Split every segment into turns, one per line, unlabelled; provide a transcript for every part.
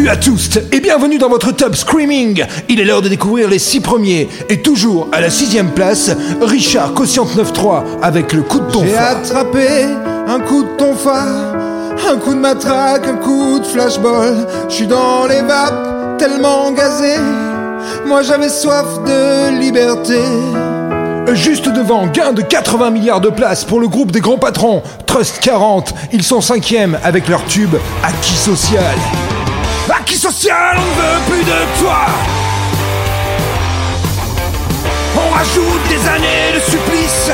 Salut à tous et bienvenue dans votre Top Screaming. Il est l'heure de découvrir les 6 premiers. Et toujours à la 6ème place, Richard Quotient 9.3 avec le coup de ton phare.
J'ai attrapé un coup de ton phare, un coup de matraque, un coup de flashball. Je suis dans les vapes, tellement gazé. Moi j'avais soif de liberté.
Juste devant, gain de 80 milliards de places pour le groupe des grands patrons, Trust 40. Ils sont 5e avec leur tube Acquis Social. Acquis Social, on ne veut plus de toi. On rajoute des années de supplice.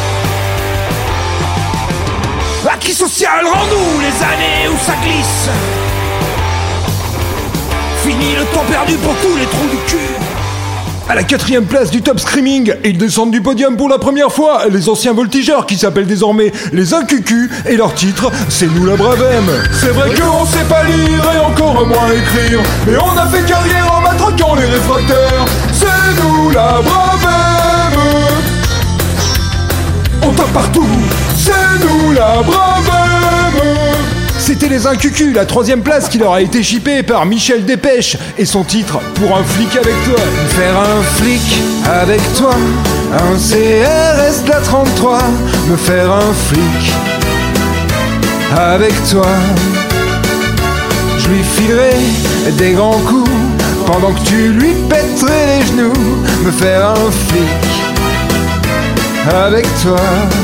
Acquis Social, rends-nous les années où ça glisse. Fini le temps perdu pour tous les trous du cul. À la 4ème place du Top Screaming, ils descendent du podium pour la première fois, les anciens voltigeurs qui s'appellent désormais les Incucus, et leur titre, c'est Nous la Bravem. C'est vrai qu'on sait pas lire et encore moins écrire, mais on a fait carrière en matraquant les réfractaires. C'est nous la Bravem. On tape partout, c'est nous la Bravem. C'était les Incucus, la 3ème place qui leur a été chippée par Michel Dépêche et son titre Pour un flic avec toi.
Faire un flic avec toi, un CRS de la 33. Me faire un flic avec toi. Je lui filerai des grands coups pendant que tu lui pèterais les genoux. Me faire un flic avec toi.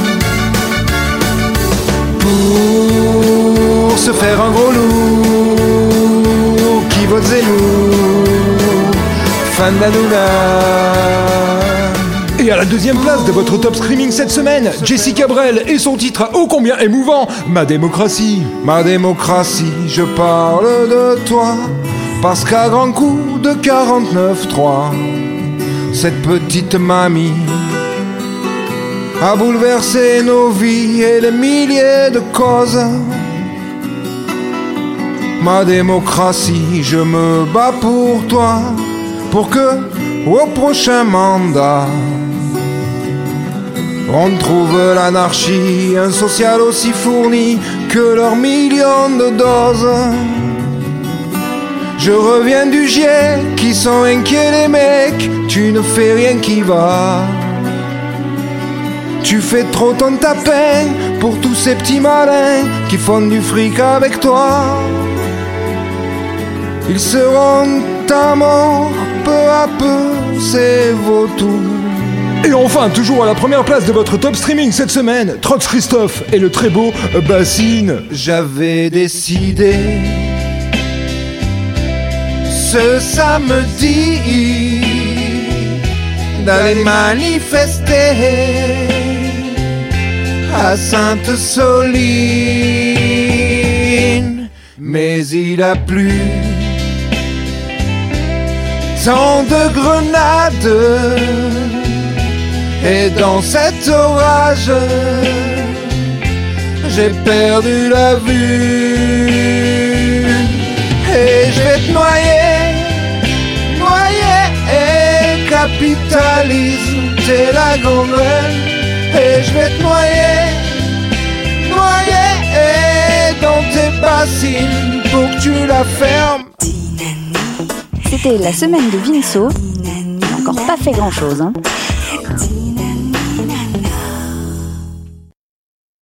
Pour se faire un gros loup qui vote Zemmour, fan d'Hanouna.
Et à la 2ème place de votre Top Screaming cette semaine, Jessie Cabrel et son titre ô combien émouvant, Ma démocratie.
Ma démocratie, je parle de toi, parce qu'à grands coups de 49.3, cette petite mamie a bouleversé nos vies et des milliers de causes. Ma démocratie, je me bats pour toi, pour que, au prochain mandat, on trouve l'anarchie, un social aussi fourni que leurs millions de doses. Je reviens du GIEC, qui sont inquiets les mecs, tu ne fais rien qui va. Tu fais trop ton tapin pour tous ces petits malins qui font du fric avec toi. Ils seront à mort peu à peu, ces vautours.
Et enfin, toujours à la première place de votre Top Streaming cette semaine, Trox Christophe et le très beau Bassine.
J'avais décidé ce samedi d'aller manifester à Sainte-Soline, mais il a plu tant de grenades, et dans cet orage j'ai perdu la vue. Et je vais te noyer, et capitalisme, t'es la gangrène. Et je vais te noyer dans tes bassines pour que tu la fermes.
C'était la semaine de Vinceau. Il n'a encore pas fait grand chose, hein.